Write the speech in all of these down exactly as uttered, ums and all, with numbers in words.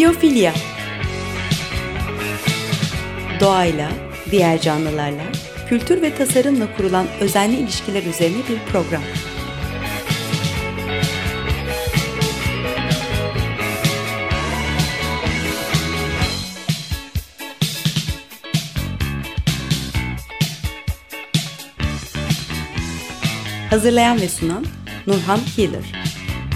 Biyofilya. Doğayla, diğer canlılarla, kültür ve tasarımla kurulan özenli ilişkiler üzerine bir program. Hazırlayan ve sunan Nurhan Healer.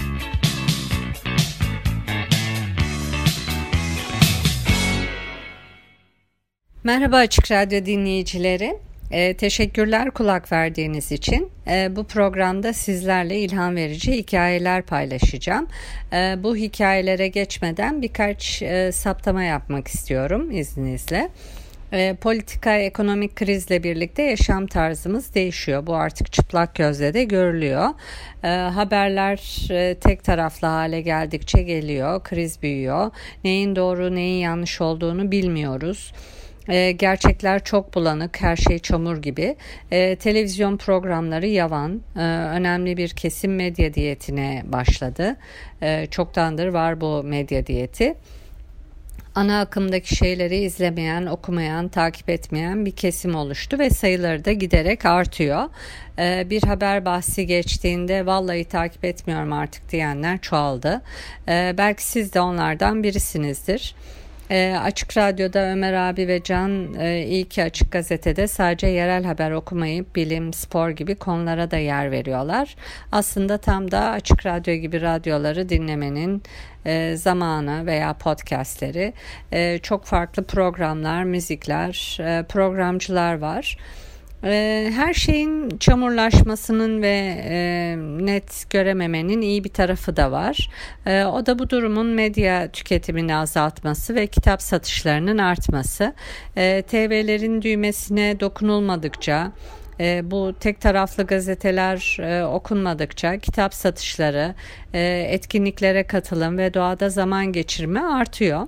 Merhaba Açık Radyo dinleyicileri. E, teşekkürler kulak verdiğiniz için. E, bu programda sizlerle ilham verici hikayeler paylaşacağım. E, bu hikayelere geçmeden birkaç e, saptama yapmak istiyorum izninizle. E, politika, ekonomik krizle birlikte yaşam tarzımız değişiyor. Bu artık çıplak gözle de görülüyor. E, haberler e, tek taraflı hale geldikçe geliyor. Kriz büyüyor. Neyin doğru, neyin yanlış olduğunu bilmiyoruz. E, gerçekler çok bulanık, her şey çamur gibi. E, televizyon programları yavan, e, önemli bir kesim medya diyetine başladı. E, çoktandır var bu medya diyeti. Ana akımdaki şeyleri izlemeyen, okumayan, takip etmeyen bir kesim oluştu ve sayıları da giderek artıyor. Ee, bir haber bahsi geçtiğinde vallahi takip etmiyorum artık diyenler çoğaldı. Ee, belki siz de onlardan birisinizdir. E, Açık Radyo'da Ömer abi ve Can e, iyi ki Açık Gazete'de sadece yerel haber okumayıp bilim, spor gibi konulara da yer veriyorlar. Aslında tam da Açık Radyo gibi radyoları dinlemenin e, zamanı veya podcastleri. E, çok farklı programlar, müzikler, e, programcılar var. Her şeyin çamurlaşmasının ve net görememenin iyi bir tarafı da var. O da bu durumun medya tüketimini azaltması ve kitap satışlarının artması. T V'lerin düğmesine dokunulmadıkça, bu tek taraflı gazeteler okunmadıkça kitap satışları, etkinliklere katılım ve doğada zaman geçirme artıyor.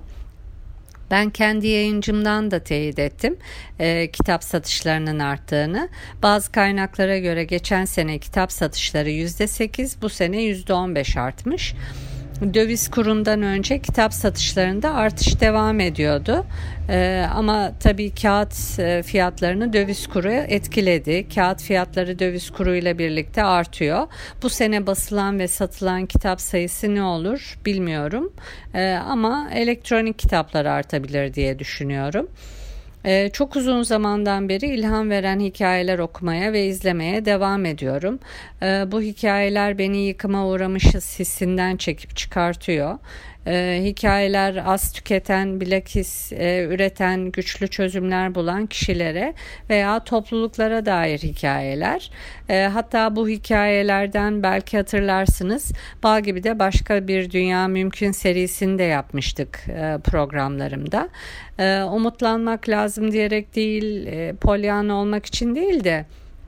Ben kendi yayıncımdan da teyit ettim e, kitap satışlarının arttığını. Bazı kaynaklara göre geçen sene kitap satışları yüzde sekiz, bu sene yüzde on beş artmış. Döviz kurundan önce kitap satışlarında artış devam ediyordu. Ee, ama tabii kağıt e, fiyatlarını döviz kuru etkiledi. Kağıt fiyatları döviz kuruyla birlikte artıyor. Bu sene basılan ve satılan kitap sayısı ne olur bilmiyorum. Ee, ama elektronik kitaplar artabilir diye düşünüyorum. Ee, çok uzun zamandan beri ilham veren hikayeler okumaya ve izlemeye devam ediyorum. Ee, bu hikayeler beni yıkıma uğramışız hissinden çekip çıkartıyor. Ee, hikayeler az tüketen, bilakis e, üreten, güçlü çözümler bulan kişilere veya topluluklara dair hikayeler. Ee, hatta bu hikayelerden belki hatırlarsınız, Bal gibi de Başka Bir Dünya Mümkün serisini de yapmıştık e, programlarımda. E, umutlanmak lazım diyerek değil, e, Pollyanna olmak için değil de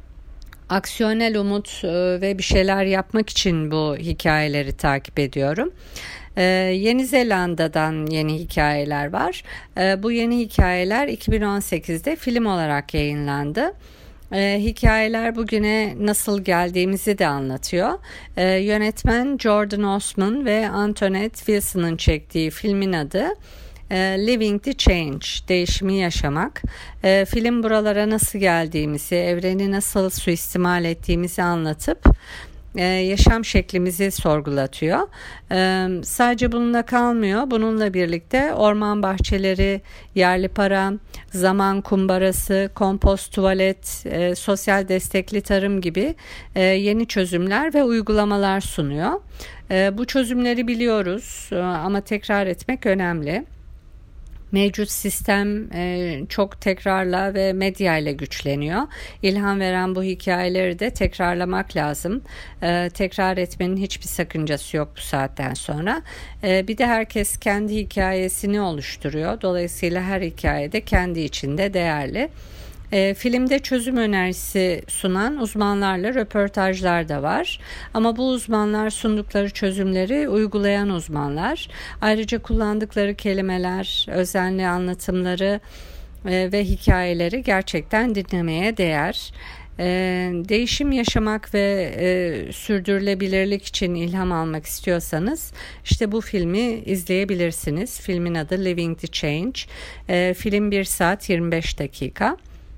aksiyonel umut e, ve bir şeyler yapmak için bu hikayeleri takip ediyorum. Ee, Yeni Zelanda'dan yeni hikayeler var. Ee, bu yeni hikayeler iki bin on sekizde film olarak yayınlandı. Ee, hikayeler bugüne nasıl geldiğimizi de anlatıyor. Ee, yönetmen Jordan Osman ve Antoinette Wilson'ın çektiği filmin adı Living the Change, değişimi yaşamak. E, film buralara nasıl geldiğimizi, evreni nasıl suistimal ettiğimizi anlatıp e, yaşam şeklimizi sorgulatıyor. E, sadece bununla kalmıyor. Bununla birlikte orman bahçeleri, yerli para, zaman kumbarası, kompost tuvalet, e, sosyal destekli tarım gibi e, yeni çözümler ve uygulamalar sunuyor. E, bu çözümleri biliyoruz e, ama tekrar etmek önemli. Mevcut sistem e, çok tekrarla ve medya ile güçleniyor. İlham veren bu hikayeleri de tekrarlamak lazım. E, tekrar etmenin hiçbir sakıncası yok bu saatten sonra. E, bir de herkes kendi hikayesini oluşturuyor. Dolayısıyla her hikaye de kendi içinde değerli. E, filmde çözüm önerisi sunan uzmanlarla röportajlar da var. Ama bu uzmanlar sundukları çözümleri uygulayan uzmanlar. Ayrıca kullandıkları kelimeler, özenli anlatımları e, ve hikayeleri gerçekten dinlemeye değer. E, değişim yaşamak ve e, sürdürülebilirlik için ilham almak istiyorsanız işte bu filmi izleyebilirsiniz. Filmin adı Living the Change. E, film bir saat yirmi beş dakika.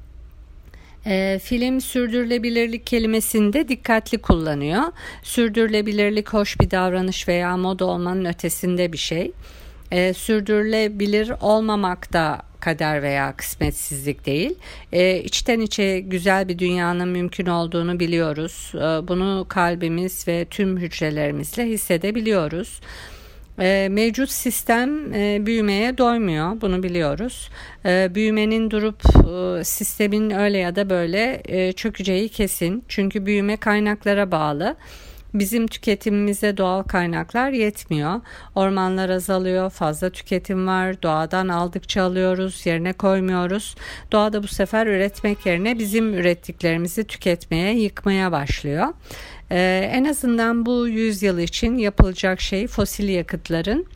E, film sürdürülebilirlik kelimesini de dikkatli kullanıyor. Sürdürülebilirlik hoş bir davranış veya moda olmanın ötesinde bir şey. E, sürdürülebilir olmamak da kader veya kısmetsizlik değil. E, içten içe güzel bir dünyanın mümkün olduğunu biliyoruz. E, bunu kalbimiz ve tüm hücrelerimizle hissedebiliyoruz. E, mevcut sistem e, büyümeye doymuyor, bunu biliyoruz. E, büyümenin durup e, sistemin öyle ya da böyle e, çökeceği kesin. Çünkü büyüme kaynaklara bağlı. Bizim tüketimimize doğal kaynaklar yetmiyor. Ormanlar azalıyor, fazla tüketim var. Doğadan aldıkça alıyoruz, yerine koymuyoruz. Doğa da bu sefer üretmek yerine bizim ürettiklerimizi tüketmeye, yıkmaya başlıyor. Ee, en azından bu yüzyıl için yapılacak şey fosil yakıtların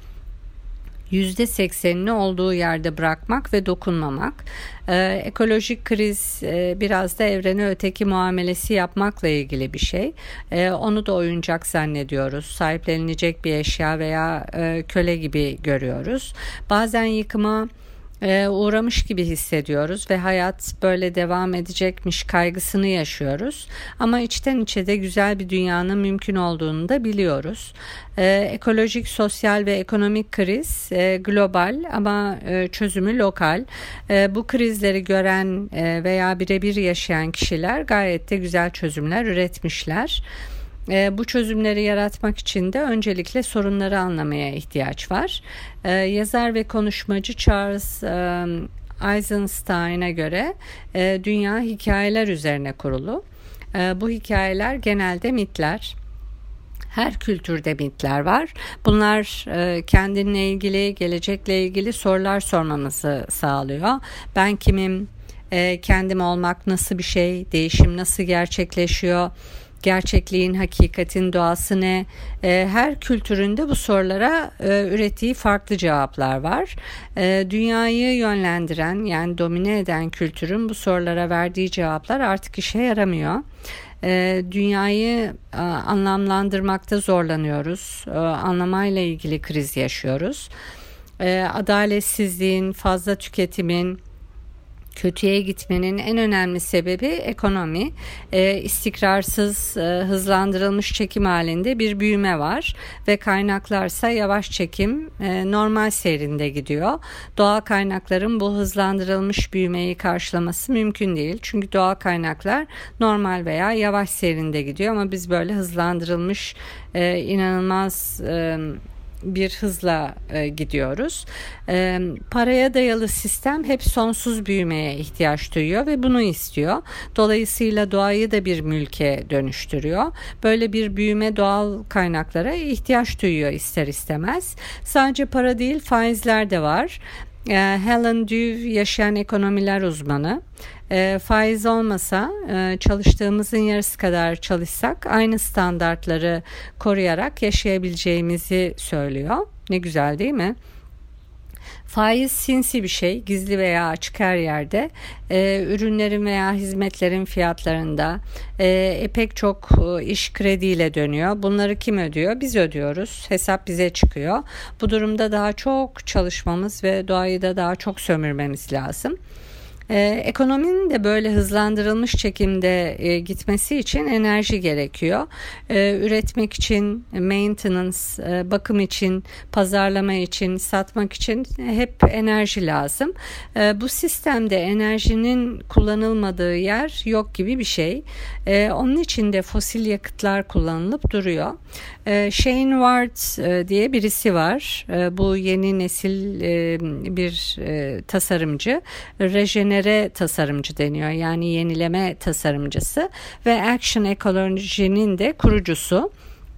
yüzde seksenini olduğu yerde bırakmak ve dokunmamak. Ee, ekolojik kriz e, biraz da evrene öteki muamelesi yapmakla ilgili bir şey. Ee, onu da oyuncak zannediyoruz. Sahiplenilecek bir eşya veya e, köle gibi görüyoruz. Bazen yıkıma e, uğramış gibi hissediyoruz ve hayat böyle devam edecekmiş kaygısını yaşıyoruz. Ama içten içe de güzel bir dünyanın mümkün olduğunu da biliyoruz. E, ekolojik, sosyal ve ekonomik kriz e, global ama e, çözümü lokal. E, bu krizleri gören e, veya birebir yaşayan kişiler gayet de güzel çözümler üretmişler. E, bu çözümleri yaratmak için de öncelikle sorunları anlamaya ihtiyaç var. E, yazar ve konuşmacı Charles e, Eisenstein'a göre e, dünya hikayeler üzerine kurulu. E, bu hikayeler genelde mitler. Her kültürde mitler var. Bunlar e, kendinle ilgili, gelecekle ilgili sorular sormamızı sağlıyor. Ben kimim? E, kendim olmak nasıl bir şey? Değişim nasıl gerçekleşiyor? Gerçekliğin, hakikatin doğası ne? E, her kültüründe bu sorulara e, ürettiği farklı cevaplar var. E, dünyayı yönlendiren, yani domine eden kültürün bu sorulara verdiği cevaplar artık işe yaramıyor. E, dünyayı e, anlamlandırmakta zorlanıyoruz. E, anlamayla ilgili kriz yaşıyoruz. E, adaletsizliğin, fazla tüketimin, kötüye gitmenin en önemli sebebi ekonomi. E, istikrarsız, e, hızlandırılmış çekim halinde bir büyüme var ve kaynaklarsa yavaş çekim, e, normal seyrinde gidiyor. Doğal kaynakların bu hızlandırılmış büyümeyi karşılaması mümkün değil. Çünkü doğal kaynaklar normal veya yavaş seyrinde gidiyor ama biz böyle hızlandırılmış, e, inanılmaz e, bir hızla e, gidiyoruz. E, paraya dayalı sistem hep sonsuz büyümeye ihtiyaç duyuyor ve bunu istiyor. Dolayısıyla doğayı da bir mülke dönüştürüyor. Böyle bir büyüme doğal kaynaklara ihtiyaç duyuyor ister istemez. Sadece para değil, faizler de var. E, Helen Dewey yaşayan ekonomiler uzmanı. E, faiz olmasa e, çalıştığımızın yarısı kadar çalışsak aynı standartları koruyarak yaşayabileceğimizi söylüyor. Ne güzel değil mi? Faiz sinsi bir şey, gizli veya açık her yerde. E, ürünlerin veya hizmetlerin fiyatlarında e, pek çok e, iş krediyle dönüyor. Bunları kim ödüyor? Biz ödüyoruz. Hesap bize çıkıyor. Bu durumda daha çok çalışmamız ve doğayı da daha çok sömürmemiz lazım. Ee, ekonominin de böyle hızlandırılmış çekimde e, gitmesi için enerji gerekiyor. Ee, üretmek için, maintenance, e, bakım için, pazarlama için, satmak için hep enerji lazım. E, bu sistemde enerjinin kullanılmadığı yer yok gibi bir şey. E, onun için de fosil yakıtlar kullanılıp duruyor. E, Shane Ward e, diye birisi var. E, bu yeni nesil e, bir e, tasarımcı. Rejenere tasarımcı deniyor, yani yenileme tasarımcısı ve Action Ecology'nin de kurucusu.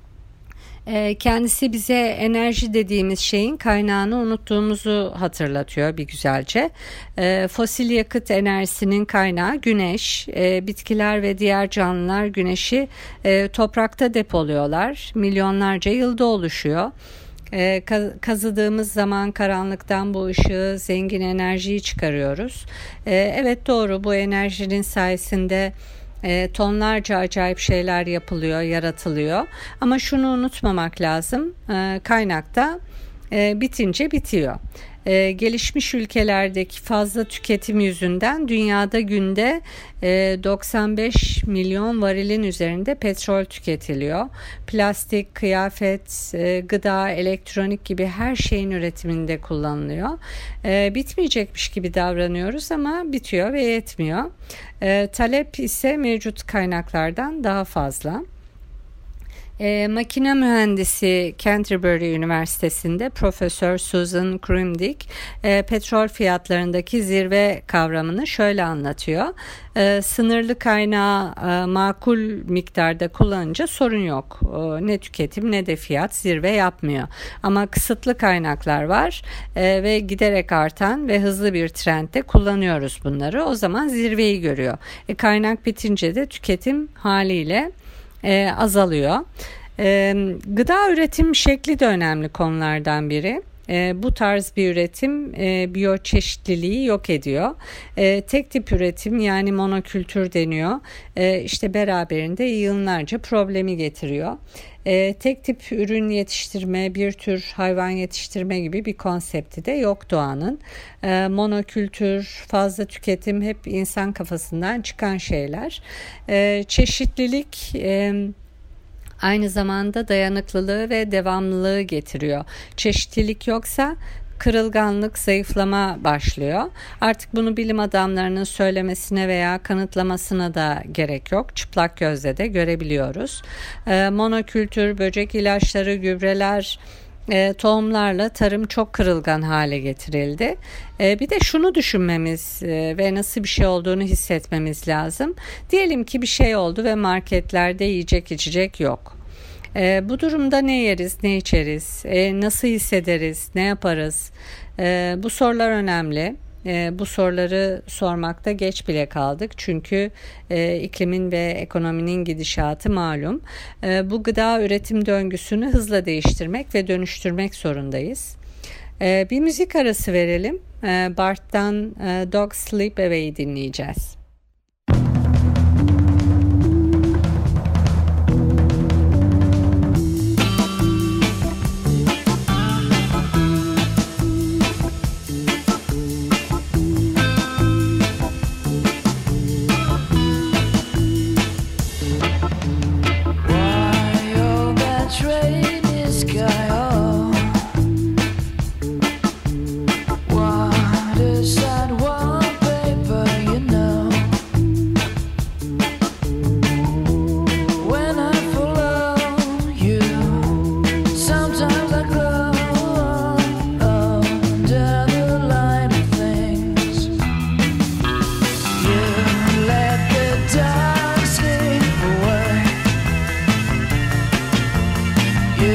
Kendisi bize enerji dediğimiz şeyin kaynağını unuttuğumuzu hatırlatıyor bir güzelce. Fosil yakıt enerjisinin kaynağı güneş. Bitkiler ve diğer canlılar güneşi toprakta depoluyorlar. Milyonlarca yılda oluşuyor. E, kazıdığımız zaman karanlıktan bu ışığı, zengin enerjiyi çıkarıyoruz. E, evet doğru, bu enerjinin sayesinde E, tonlarca acayip şeyler yapılıyor, yaratılıyor. Ama şunu unutmamak lazım, e, kaynakta e, bitince bitiyor. Ee, gelişmiş ülkelerdeki fazla tüketim yüzünden dünyada günde e, doksan beş milyon varilin üzerinde petrol tüketiliyor. Plastik, kıyafet, e, gıda, elektronik gibi her şeyin üretiminde kullanılıyor. E, bitmeyecekmiş gibi davranıyoruz ama bitiyor ve yetmiyor. E, talep ise mevcut kaynaklardan daha fazla. E, makine mühendisi Canterbury Üniversitesi'nde Profesör Susan Krumdick e, petrol fiyatlarındaki zirve kavramını şöyle anlatıyor. E, sınırlı kaynağı e, makul miktarda kullanınca sorun yok. E, ne tüketim ne de fiyat zirve yapmıyor. Ama kısıtlı kaynaklar var e, ve giderek artan ve hızlı bir trendde kullanıyoruz bunları. O zaman zirveyi görüyor. E, kaynak bitince de tüketim haliyle E, azalıyor. E, gıda üretim şekli de önemli konulardan biri. E, bu tarz bir üretim e, biyoçeşitliliği yok ediyor. E, tek tip üretim yani monokültür deniyor. E, işte beraberinde yığınlarca problemi getiriyor. E, tek tip ürün yetiştirme, bir tür hayvan yetiştirme gibi bir konsepti de yok doğanın. E, monokültür, fazla tüketim hep insan kafasından çıkan şeyler. E, çeşitlilik e, aynı zamanda dayanıklılığı ve devamlılığı getiriyor. Çeşitlilik yoksa kırılganlık, zayıflama başlıyor. Artık bunu bilim adamlarının söylemesine veya kanıtlamasına da gerek yok. Çıplak gözle de görebiliyoruz. E, monokültür, böcek ilaçları, gübreler, E, tohumlarla tarım çok kırılgan hale getirildi. E, bir de şunu düşünmemiz e, ve nasıl bir şey olduğunu hissetmemiz lazım. Diyelim ki bir şey oldu ve marketlerde yiyecek içecek yok. E, bu durumda ne yeriz, ne içeriz, e, nasıl hissederiz, ne yaparız? E, bu sorular önemli. E, bu soruları sormakta geç bile kaldık çünkü e, iklimin ve ekonominin gidişatı malum. E, bu gıda üretim döngüsünü hızla değiştirmek ve dönüştürmek zorundayız. E, bir müzik arası verelim. E, Bart'tan e, Dog Sleep Away dinleyeceğiz. You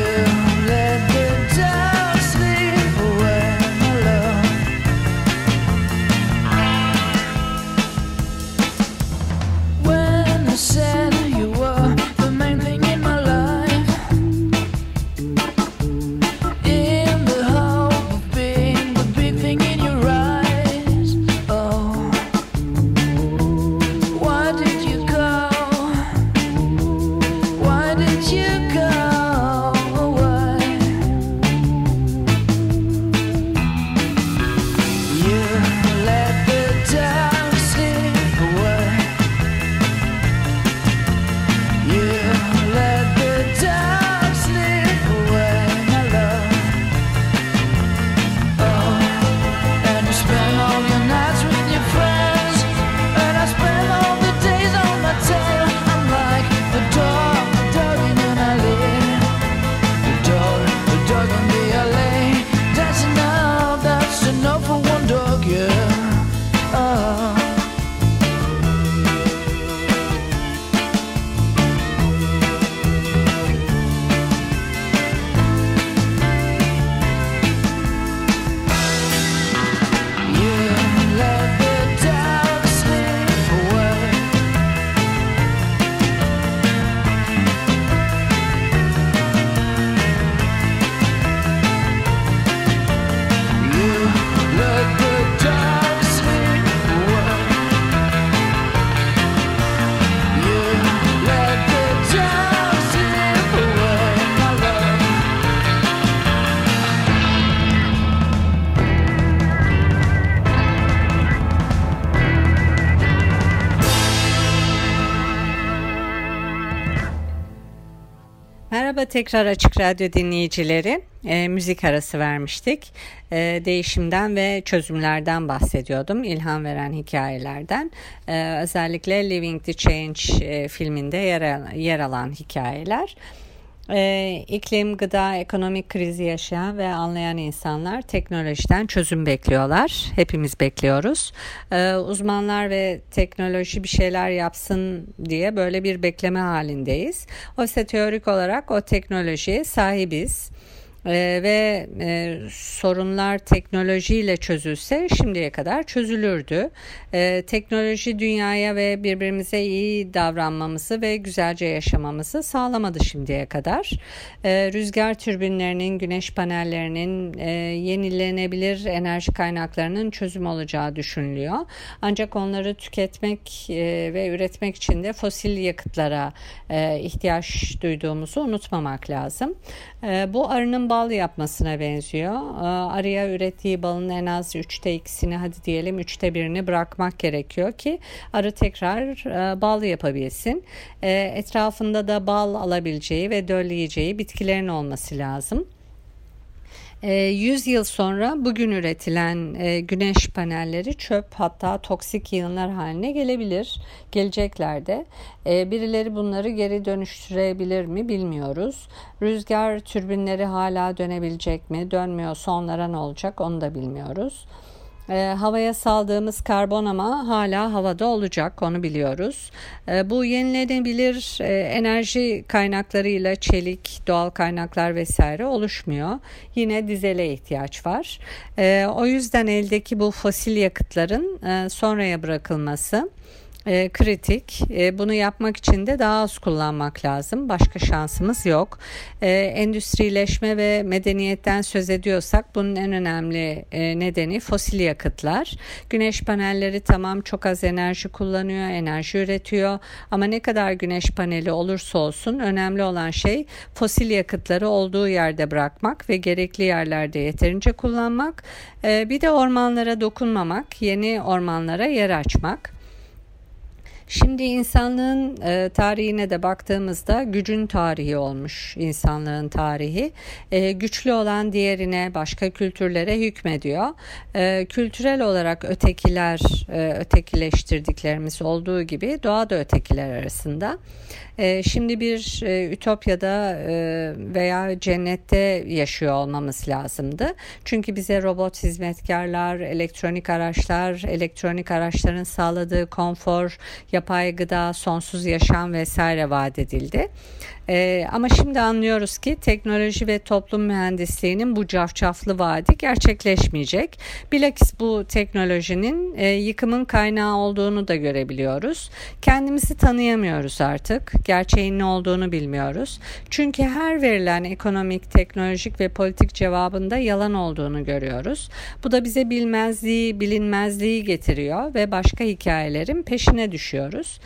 Merhaba tekrar Açık Radyo dinleyicileri. E, müzik arası vermiştik. E, değişimden ve çözümlerden bahsediyordum. İlham veren hikayelerden. E, özellikle Living the Change e, filminde yer, yer alan hikayeler. Ee, iklim, gıda, ekonomik krizi yaşayan ve anlayan insanlar teknolojiden çözüm bekliyorlar. Hepimiz bekliyoruz. Ee, uzmanlar ve teknoloji bir şeyler yapsın diye böyle bir bekleme halindeyiz. Oysa teorik olarak o teknolojiye sahibiz. Ee, ve e, sorunlar teknolojiyle çözülse şimdiye kadar çözülürdü. Ee, teknoloji dünyaya ve birbirimize iyi davranmamızı ve güzelce yaşamamızı sağlamadı şimdiye kadar. Ee, rüzgar türbinlerinin, güneş panellerinin, e, yenilenebilir enerji kaynaklarının çözüm olacağı düşünülüyor. Ancak onları tüketmek e, ve üretmek için de fosil yakıtlara e, ihtiyaç duyduğumuzu unutmamak lazım. E, bu arının bal yapmasına benziyor. Arıya ürettiği balın en az üçte ikisini, hadi diyelim üçte birini bırakmak gerekiyor ki arı tekrar bal yapabilsin. Etrafında da bal alabileceği ve dölleyeceği bitkilerin olması lazım. yüz yıl sonra bugün üretilen güneş panelleri çöp, hatta toksik yığınlar haline gelebilir geleceklerde. Birileri bunları geri dönüştürebilir mi bilmiyoruz. Rüzgar türbinleri hala dönebilecek mi? Dönmüyorsa onlara ne olacak onu da bilmiyoruz. E, havaya saldığımız karbon ama hala havada olacak, onu biliyoruz. E, bu yenilenebilir e, enerji kaynaklarıyla çelik, doğal kaynaklar vesaire oluşmuyor. Yine dizele ihtiyaç var. E, o yüzden eldeki bu fosil yakıtların e, sonraya bırakılması E, kritik. E, bunu yapmak için de daha az kullanmak lazım. Başka şansımız yok. E, endüstrileşme ve medeniyetten söz ediyorsak bunun en önemli e, nedeni fosil yakıtlar. Güneş panelleri tamam çok az enerji kullanıyor, enerji üretiyor ama ne kadar güneş paneli olursa olsun önemli olan şey fosil yakıtları olduğu yerde bırakmak ve gerekli yerlerde yeterince kullanmak. E, bir de ormanlara dokunmamak, yeni ormanlara yer açmak. Şimdi insanlığın e, tarihine de baktığımızda gücün tarihi olmuş insanlığın tarihi. E, güçlü olan diğerine, başka kültürlere hükmediyor. E, kültürel olarak ötekiler, e, ötekileştirdiklerimiz olduğu gibi doğa da ötekiler arasında. E, şimdi bir e, ütopyada e, veya cennette yaşıyor olmamız lazımdı. Çünkü bize robot hizmetkarlar, elektronik araçlar, elektronik araçların sağladığı konfor, yapay gıda, sonsuz yaşam vesaire vaat edildi. Ee, ama şimdi anlıyoruz ki teknoloji ve toplum mühendisliğinin bu cafcaflı vaadi gerçekleşmeyecek. Bilakis bu teknolojinin e, yıkımın kaynağı olduğunu da görebiliyoruz. Kendimizi tanıyamıyoruz artık. Gerçeğin ne olduğunu bilmiyoruz. Çünkü her verilen ekonomik, teknolojik ve politik cevabında yalan olduğunu görüyoruz. Bu da bize bilmezliği, bilinmezliği getiriyor ve başka hikayelerin peşine düşüyoruz.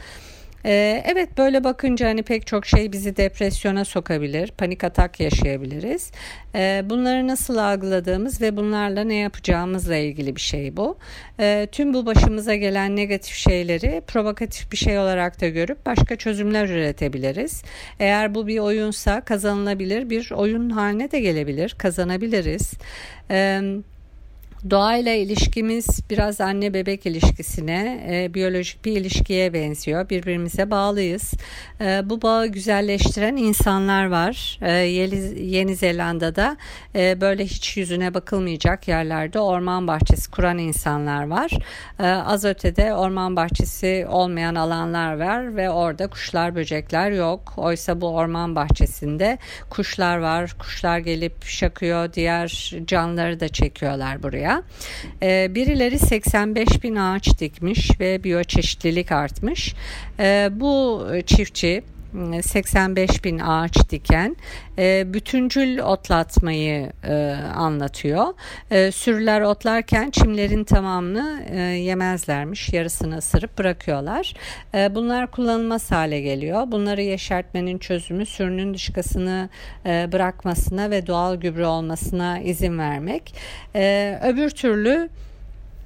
Ee, evet, böyle bakınca hani pek çok şey bizi depresyona sokabilir, panik atak yaşayabiliriz. Ee, bunları nasıl algıladığımız ve bunlarla ne yapacağımızla ilgili bir şey bu. Ee, tüm bu başımıza gelen negatif şeyleri provokatif bir şey olarak da görüp başka çözümler üretebiliriz. Eğer bu bir oyunsa kazanılabilir bir oyun haline de gelebilir, kazanabiliriz. Ee, Doğayla ilişkimiz biraz anne bebek ilişkisine, e, biyolojik bir ilişkiye benziyor. Birbirimize bağlıyız. E, bu bağı güzelleştiren insanlar var. E, Yeni, Yeni Zelanda'da e, böyle hiç yüzüne bakılmayacak yerlerde orman bahçesi kuran insanlar var. E, az ötede orman bahçesi olmayan alanlar var ve orada kuşlar, böcekler yok. Oysa bu orman bahçesinde kuşlar var. Kuşlar gelip şakıyor, diğer canlıları da çekiyorlar buraya. Ee, birileri seksen beş bin ağaç dikmiş ve biyoçeşitlilik artmış. Ee, bu çiftçi seksen beş bin ağaç diken e, bütüncül otlatmayı e, anlatıyor. E, sürüler otlarken çimlerin tamamını e, yemezlermiş. Yarısını ısırıp bırakıyorlar. E, bunlar kullanılmaz hale geliyor. Bunları yeşertmenin çözümü sürünün dışkısını e, bırakmasına ve doğal gübre olmasına izin vermek. E, öbür türlü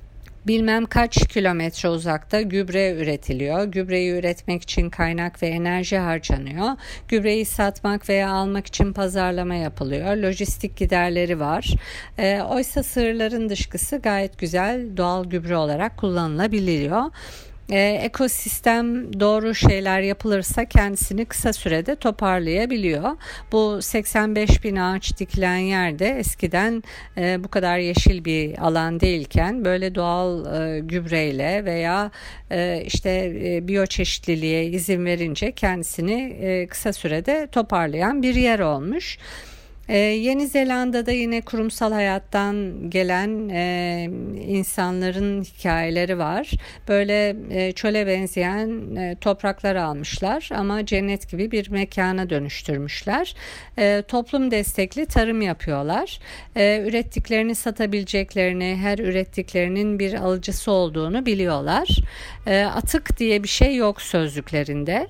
bilmem kaç kilometre uzakta gübre üretiliyor. Gübreyi üretmek için kaynak ve enerji harcanıyor. Gübreyi satmak veya almak için pazarlama yapılıyor. Lojistik giderleri var. E, oysa sığırların dışkısı gayet güzel doğal gübre olarak kullanılabiliyor. Ee, ekosistem doğru şeyler yapılırsa kendisini kısa sürede toparlayabiliyor. Bu seksen beş bin ağaç dikilen yerde eskiden e, bu kadar yeşil bir alan değilken böyle doğal e, gübreyle veya e, işte e, biyoçeşitliliğe izin verince kendisini e, kısa sürede toparlayan bir yer olmuş. Ee, Yeni Zelanda'da yine kurumsal hayattan gelen e, insanların hikayeleri var. Böyle e, çöle benzeyen e, topraklar almışlar ama cennet gibi bir mekana dönüştürmüşler. E, toplum destekli tarım yapıyorlar. E, ürettiklerini satabileceklerini, her ürettiklerinin bir alıcısı olduğunu biliyorlar. E, atık diye bir şey yok sözlüklerinde.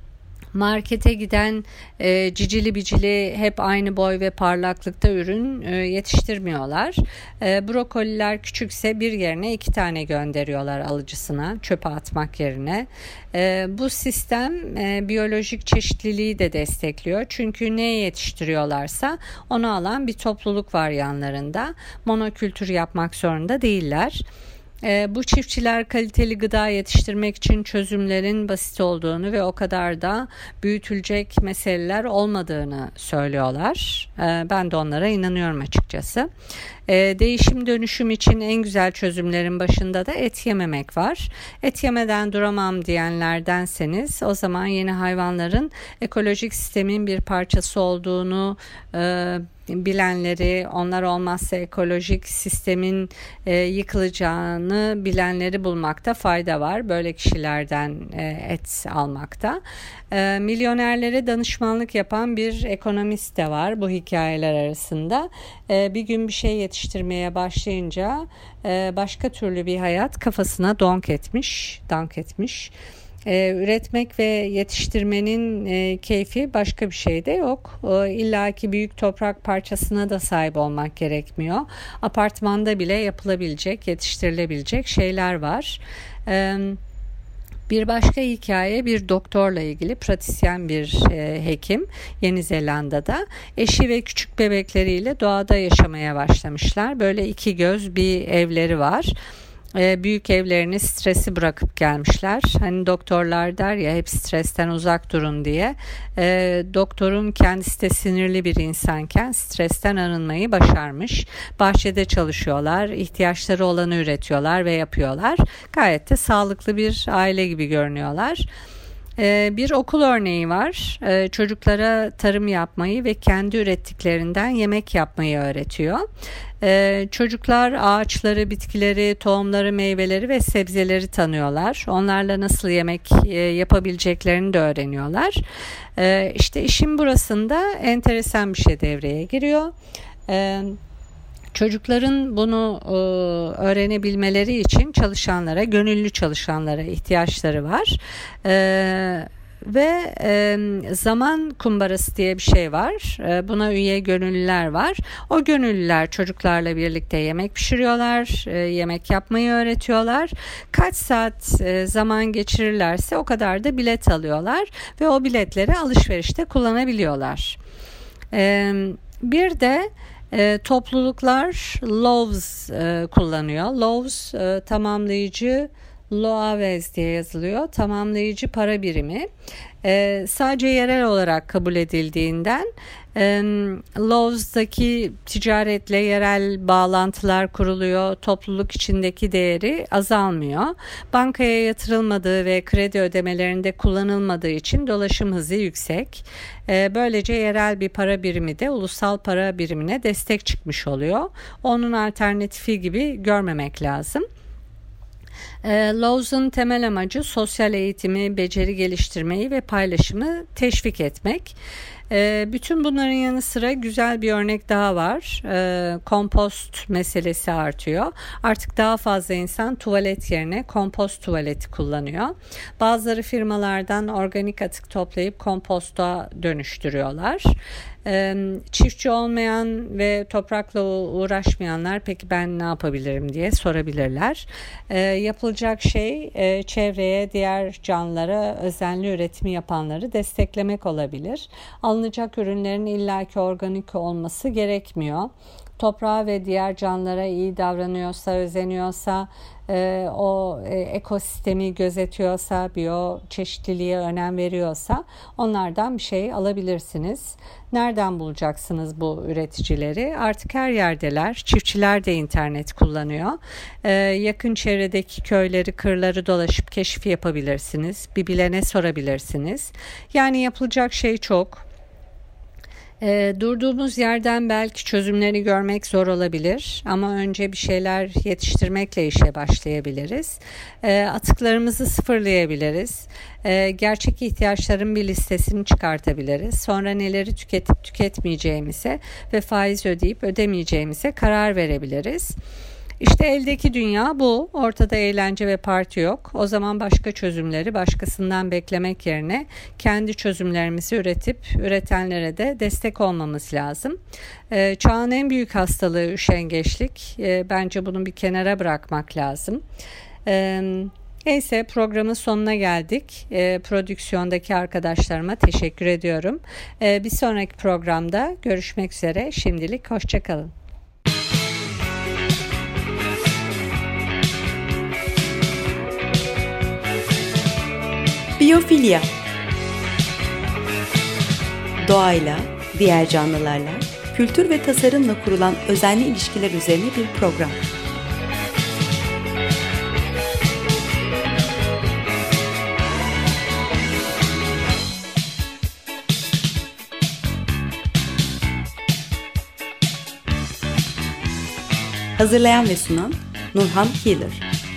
Markete giden e, cicili bicili hep aynı boy ve parlaklıkta ürün e, yetiştirmiyorlar. E, brokoliler küçükse bir yerine iki tane gönderiyorlar alıcısına çöpe atmak yerine. E, bu sistem e, biyolojik çeşitliliği de destekliyor. Çünkü ne yetiştiriyorlarsa onu alan bir topluluk var yanlarında. Monokültür yapmak zorunda değiller. E, bu çiftçiler kaliteli gıda yetiştirmek için çözümlerin basit olduğunu ve o kadar da büyütülecek meseleler olmadığını söylüyorlar. E, ben de onlara inanıyorum açıkçası. E, değişim dönüşüm için en güzel çözümlerin başında da et yememek var. Et yemeden duramam diyenlerdenseniz o zaman yeni hayvanların ekolojik sistemin bir parçası olduğunu e, bilenleri, onlar olmazsa ekolojik sistemin e, yıkılacağını bilenleri bulmakta fayda var. Böyle kişilerden e, et almakta. E, milyonerlere danışmanlık yapan bir ekonomist de var bu hikayeler arasında. E, bir gün bir şey yetiştirmeye başlayınca e, başka türlü bir hayat kafasına donk etmiş, dank etmiş. Ee, üretmek ve yetiştirmenin e, keyfi başka bir şey de yok. E, İlla ki büyük toprak parçasına da sahip olmak gerekmiyor. Apartmanda bile yapılabilecek, yetiştirilebilecek şeyler var. E, Bir başka hikaye bir doktorla ilgili, pratisyen bir e, hekim Yeni Zelanda'da eşi ve küçük bebekleriyle doğada yaşamaya başlamışlar. Böyle iki göz bir evleri var. E, büyük evlerini stresi bırakıp gelmişler. Hani doktorlar der ya hep stresten uzak durun diye. E, doktorun kendisi de sinirli bir insanken stresten arınmayı başarmış. Bahçede çalışıyorlar, ihtiyaçları olanı üretiyorlar ve yapıyorlar. Gayet de sağlıklı bir aile gibi görünüyorlar. Bir okul örneği var. Çocuklara tarım yapmayı ve kendi ürettiklerinden yemek yapmayı öğretiyor. Çocuklar ağaçları, bitkileri, tohumları, meyveleri ve sebzeleri tanıyorlar. Onlarla nasıl yemek yapabileceklerini de öğreniyorlar. İşte işin burasında enteresan bir şey devreye giriyor. Çocukların bunu e, öğrenebilmeleri için çalışanlara, gönüllü çalışanlara ihtiyaçları var. E, ve e, zaman kumbarası diye bir şey var. E, buna üye gönüllüler var. O gönüllüler çocuklarla birlikte yemek pişiriyorlar, e, yemek yapmayı öğretiyorlar. Kaç saat e, zaman geçirirlerse o kadar da bilet alıyorlar ve o biletleri alışverişte kullanabiliyorlar. E, bir de E, topluluklar Loaves e, kullanıyor. Loaves e, tamamlayıcı, Loaves diye yazılıyor. Tamamlayıcı para birimi. E, sadece yerel olarak kabul edildiğinden e, Loaves'daki ticaretle yerel bağlantılar kuruluyor. Topluluk içindeki değeri azalmıyor. Bankaya yatırılmadığı ve kredi ödemelerinde kullanılmadığı için dolaşım hızı yüksek. E, böylece yerel bir para birimi de ulusal para birimine destek çıkmış oluyor. Onun alternatifi gibi görmemek lazım. Laws'un temel amacı sosyal eğitimi, beceri geliştirmeyi ve paylaşımı teşvik etmek. Bütün bunların yanı sıra güzel bir örnek daha var. Kompost meselesi artıyor. Artık daha fazla insan tuvalet yerine kompost tuvaleti kullanıyor. Bazıları firmalardan organik atık toplayıp komposta dönüştürüyorlar. Çiftçi olmayan ve toprakla uğraşmayanlar peki ben ne yapabilirim diye sorabilirler. Yapılacak şey çevreye, diğer canlılara özenli üretimi yapanları desteklemek olabilir. Alınacak ürünlerin illaki organik olması gerekmiyor. Toprağa ve diğer canlılara iyi davranıyorsa, özeniyorsa, e, o e, ekosistemi gözetiyorsa, biyoçeşitliliğe önem veriyorsa onlardan bir şey alabilirsiniz. Nereden bulacaksınız bu üreticileri? Artık her yerdeler. Çiftçiler de internet kullanıyor. E, yakın çevredeki köyleri, kırları dolaşıp keşif yapabilirsiniz. Bir bilene sorabilirsiniz. Yani yapılacak şey çok. E, durduğumuz yerden belki çözümleri görmek zor olabilir ama önce bir şeyler yetiştirmekle işe başlayabiliriz. E, atıklarımızı sıfırlayabiliriz. E, gerçek ihtiyaçların bir listesini çıkartabiliriz. Sonra neleri tüketip tüketmeyeceğimize ve faiz ödeyip ödemeyeceğimize karar verebiliriz. İşte eldeki dünya bu. Ortada eğlence ve parti yok. O zaman başka çözümleri başkasından beklemek yerine kendi çözümlerimizi üretip üretenlere de destek olmamız lazım. Ee, çağın en büyük hastalığı üşengeçlik. Ee, bence bunu bir kenara bırakmak lazım. Ee, Neyse programın sonuna geldik. E, prodüksiyondaki arkadaşlarıma teşekkür ediyorum. E, bir sonraki programda görüşmek üzere. Şimdilik hoşça kalın. Biyofilya. Doğayla, diğer canlılarla, kültür ve tasarımla kurulan özenli ilişkiler üzerine bir program. Hazırlayan ve sunan Nurhan Healer.